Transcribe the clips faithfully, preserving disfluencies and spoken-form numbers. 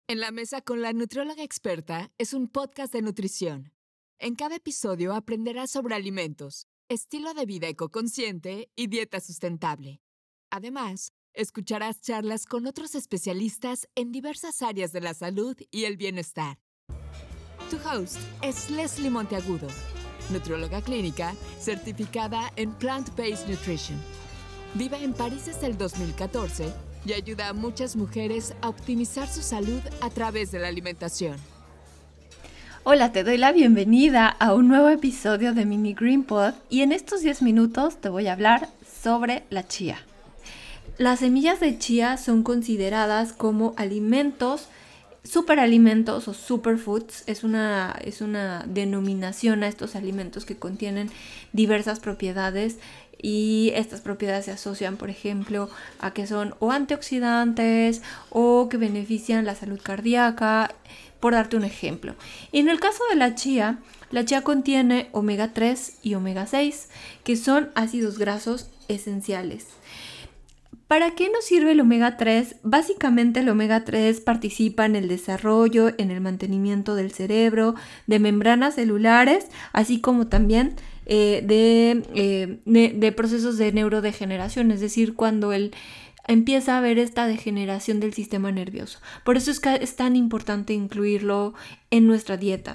En la mesa con la nutrióloga experta es un podcast de nutrición. En cada episodio aprenderás sobre alimentos, estilo de vida ecoconsciente y dieta sustentable. Además, escucharás charlas con otros especialistas en diversas áreas de la salud y el bienestar. Tu host es Leslie Monteagudo, nutrióloga clínica certificada en Plant-Based Nutrition. Vive en París desde el dos mil catorce y ayuda a muchas mujeres a optimizar su salud a través de la alimentación. Hola, te doy la bienvenida a un nuevo episodio de Mini Green Pod y en estos diez minutos te voy a hablar sobre la chía. Las semillas de chía son consideradas como alimentos, superalimentos o superfoods. Es una, es una denominación a estos alimentos que contienen diversas propiedades. Y estas propiedades se asocian, por ejemplo, a que son o antioxidantes o que benefician la salud cardíaca, por darte un ejemplo. Y en el caso de la chía, la chía contiene omega tres y omega seis, que son ácidos grasos esenciales. ¿Para qué nos sirve el omega tres? Básicamente el omega tres participa en el desarrollo, en el mantenimiento del cerebro, de membranas celulares, así como también eh, de, eh, de, de procesos de neurodegeneración, es decir, cuando el empieza a haber esta degeneración del sistema nervioso. Por eso es que es tan importante incluirlo en nuestra dieta.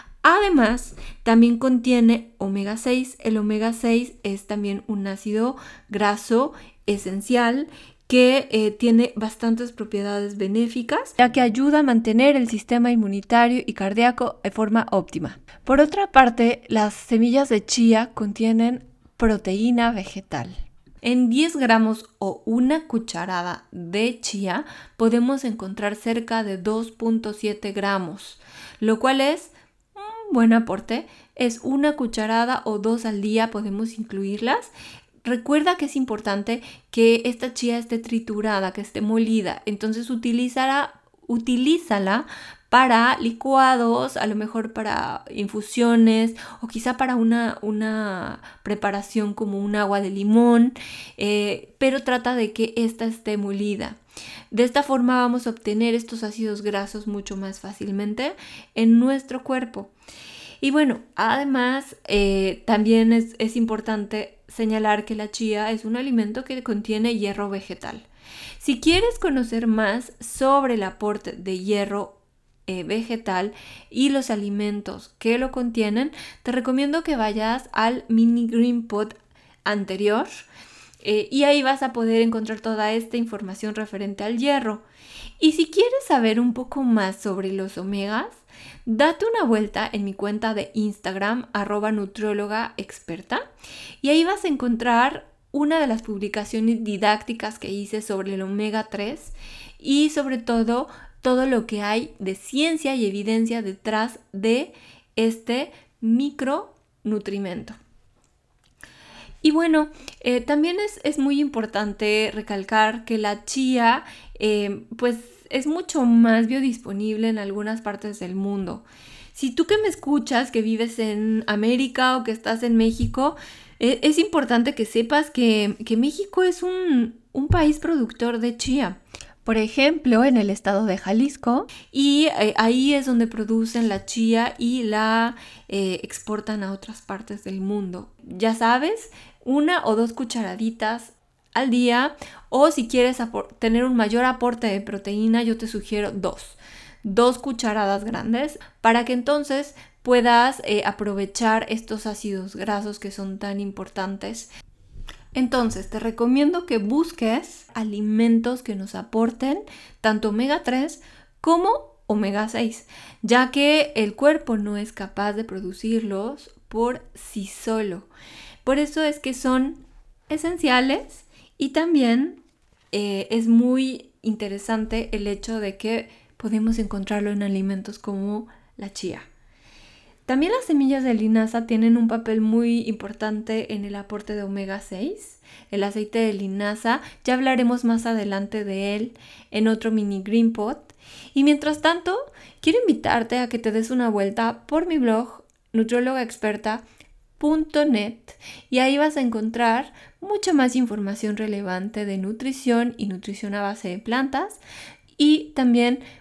Además, también contiene omega seis. El omega seis es también un ácido graso esencial que eh, tiene bastantes propiedades benéficas, ya que ayuda a mantener el sistema inmunitario y cardíaco de forma óptima. Por otra parte, las semillas de chía contienen proteína vegetal. En diez gramos o una cucharada de chía podemos encontrar cerca de dos punto siete gramos, lo cual es un buen aporte. Es una cucharada o dos al día, podemos incluirlas. Recuerda que es importante que esta chía esté triturada, que esté molida, entonces utilízala, utilízala para licuados, a lo mejor para infusiones o quizá para una, una preparación como un agua de limón, eh, pero trata de que esta esté molida. De esta forma vamos a obtener estos ácidos grasos mucho más fácilmente en nuestro cuerpo. Y bueno, además eh, también es, es importante señalar que la chía es un alimento que contiene hierro vegetal. Si quieres conocer más sobre el aporte de hierro eh, vegetal y los alimentos que lo contienen, te recomiendo que vayas al Mini Green Pod anterior eh, y ahí vas a poder encontrar toda esta información referente al hierro. Y si quieres saber un poco más sobre los omegas, date una vuelta en mi cuenta de Instagram, arroba nutrióloga experta, y ahí vas a encontrar una de las publicaciones didácticas que hice sobre el omega tres y sobre todo todo lo que hay de ciencia y evidencia detrás de este micronutrimento. Y bueno, eh, también es, es muy importante recalcar que la chía eh, pues es mucho más biodisponible en algunas partes del mundo. Si tú que me escuchas, que vives en América o que estás en México, eh, es importante que sepas que, que México es un, un país productor de chía. Por ejemplo, en el estado de Jalisco, y eh, ahí es donde producen la chía y la eh, exportan a otras partes del mundo. Ya sabes, una o dos cucharaditas al día, o si quieres tener un mayor aporte de proteína, yo te sugiero dos, dos cucharadas grandes, para que entonces puedas eh, aprovechar estos ácidos grasos que son tan importantes. Entonces, te recomiendo que busques alimentos que nos aporten tanto omega tres como omega seis, ya que el cuerpo no es capaz de producirlos por sí solo. Por eso es que son esenciales y también eh, es muy interesante el hecho de que podemos encontrarlo en alimentos como la chía. También las semillas de linaza tienen un papel muy importante en el aporte de omega seis. El aceite de linaza, ya hablaremos más adelante de él en otro Mini Green Pod. Y mientras tanto, quiero invitarte a que te des una vuelta por mi blog nutrióloga experta punto net y ahí vas a encontrar mucha más información relevante de nutrición y nutrición a base de plantas. Y también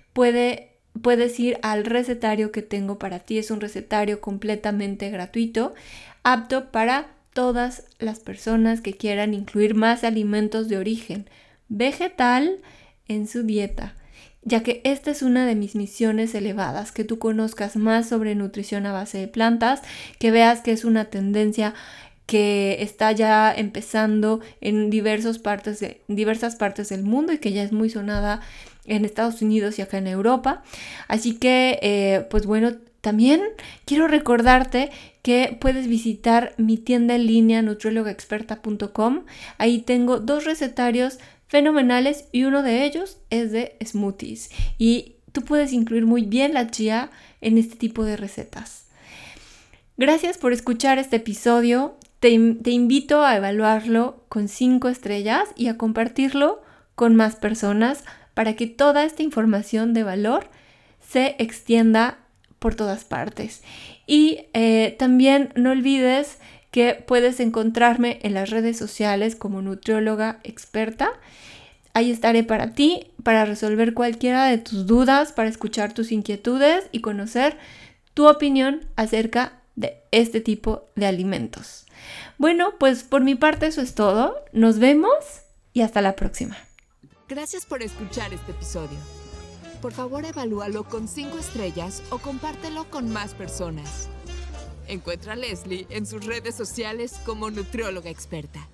puede, puedes ir al recetario que tengo para ti. Es un recetario completamente gratuito, apto para todas las personas que quieran incluir más alimentos de origen vegetal en su dieta, ya que esta es una de mis misiones elevadas, que tú conozcas más sobre nutrición a base de plantas, que veas que es una tendencia que está ya empezando en diversas partes, de, diversas partes del mundo y que ya es muy sonada en Estados Unidos y acá en Europa. Así que, eh, pues bueno, también quiero recordarte que puedes visitar mi tienda en línea nutrióloga experta punto com. Ahí tengo dos recetarios fenomenales y uno de ellos es de smoothies. Y tú puedes incluir muy bien la chía en este tipo de recetas. Gracias por escuchar este episodio. Te, te invito a evaluarlo con cinco estrellas y a compartirlo con más personas para que toda esta información de valor se extienda por todas partes. Y eh, también no olvides que puedes encontrarme en las redes sociales como nutrióloga experta. Ahí estaré para ti, para resolver cualquiera de tus dudas, para escuchar tus inquietudes y conocer tu opinión acerca de este tipo de alimentos. Bueno, pues por mi parte eso es todo. Nos vemos y hasta la próxima. Gracias por escuchar este episodio. Por favor, evalúalo con cinco estrellas o compártelo con más personas. Encuentra a Leslie en sus redes sociales como nutrióloga experta.